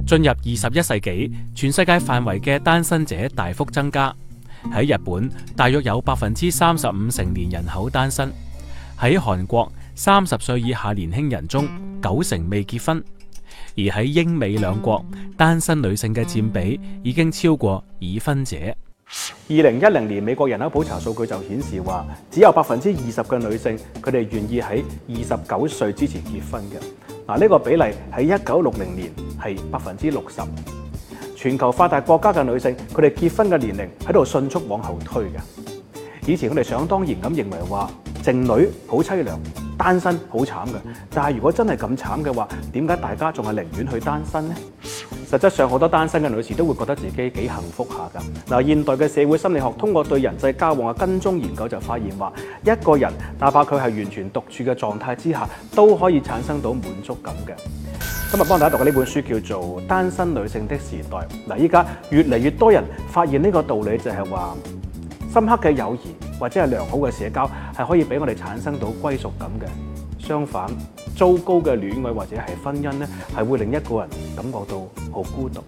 進入21世紀，全世界範圍嘅單身者大幅增加。喺日本，大約有35%成年人口單身；喺韓國，30歲以下年輕人中90%未結婚；而喺英美兩國，單身女性嘅佔比已經超過已婚者。 2010年美國人口普查數據就顯示話，只有20%嘅女性佢哋願意喺29歲之前結婚嘅。呢個比例喺1960年係60%。全球發達國家嘅女性，佢哋結婚嘅年齡喺度迅速往後推嘅。以前佢哋想當然咁認為話，剩女好凄涼，單身好慘嘅。但係如果真係咁慘嘅話，點解大家仲係寧願去單身呢？實質上好多單身嘅女士都會覺得自己幾幸福下㗎。現代嘅社會心理學通過對人際交往嘅跟蹤研究就發現話，一個人哪怕佢係完全獨處嘅狀態之下，都可以產生到滿足感嘅。今日幫大家讀嘅呢本書叫做《單身女性的時代》。依家越嚟越多人發現呢個道理，就係話深刻嘅友誼或者係良好嘅社交係可以俾我哋產生到歸屬感嘅。相反，糟糕嘅戀愛或者係婚姻呢，係會令一個人感覺到好孤獨。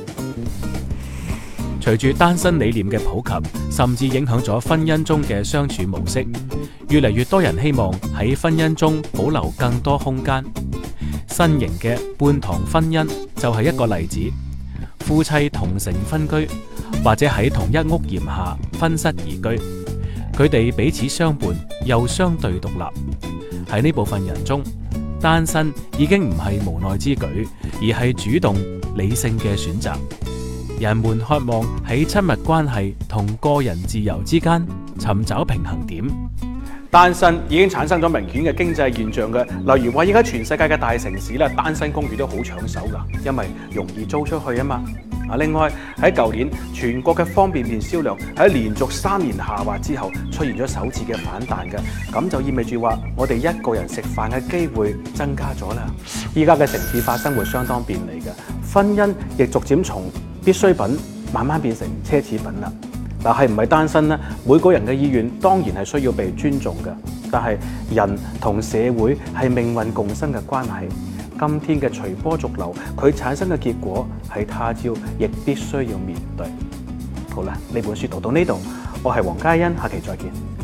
隨住單身理念嘅普及，甚至影響咗婚姻中嘅相處模式，越嚟越多人希望喺婚姻中保留更多空間。新型嘅半堂婚姻就係一個例子，夫妻同城分居，或者喺同一屋檐下分室而居，佢哋彼此相伴又相對獨立。喺呢部分人中，單身已經唔係無奈之舉，而係主動理性嘅選擇。人們渴望喺親密關係同個人自由之間尋找平衡點。 單身已經產生咗明顯嘅經濟現象嘅，例如話而家全世界嘅大城市咧，單身公寓都好搶手㗎，因為容易租出去啊嘛。另外喺舊年，全國嘅方便麵銷量喺連續3年下滑之後，出現咗首次嘅反彈嘅，咁就意味住話我哋一個人食飯嘅機會增加咗啦。依家嘅城市化生活相當便利嘅，婚姻亦逐漸從必需品慢慢變成奢侈品啦。係唔係單身呢？每個人嘅意願當然係需要被尊重嘅，但係人同社會係命運共生嘅關係。今天嘅隨波逐流，佢產生嘅結果係他朝亦必須要面對。好啦，呢本書讀到呢度，我係黃嘉欣，下期再見。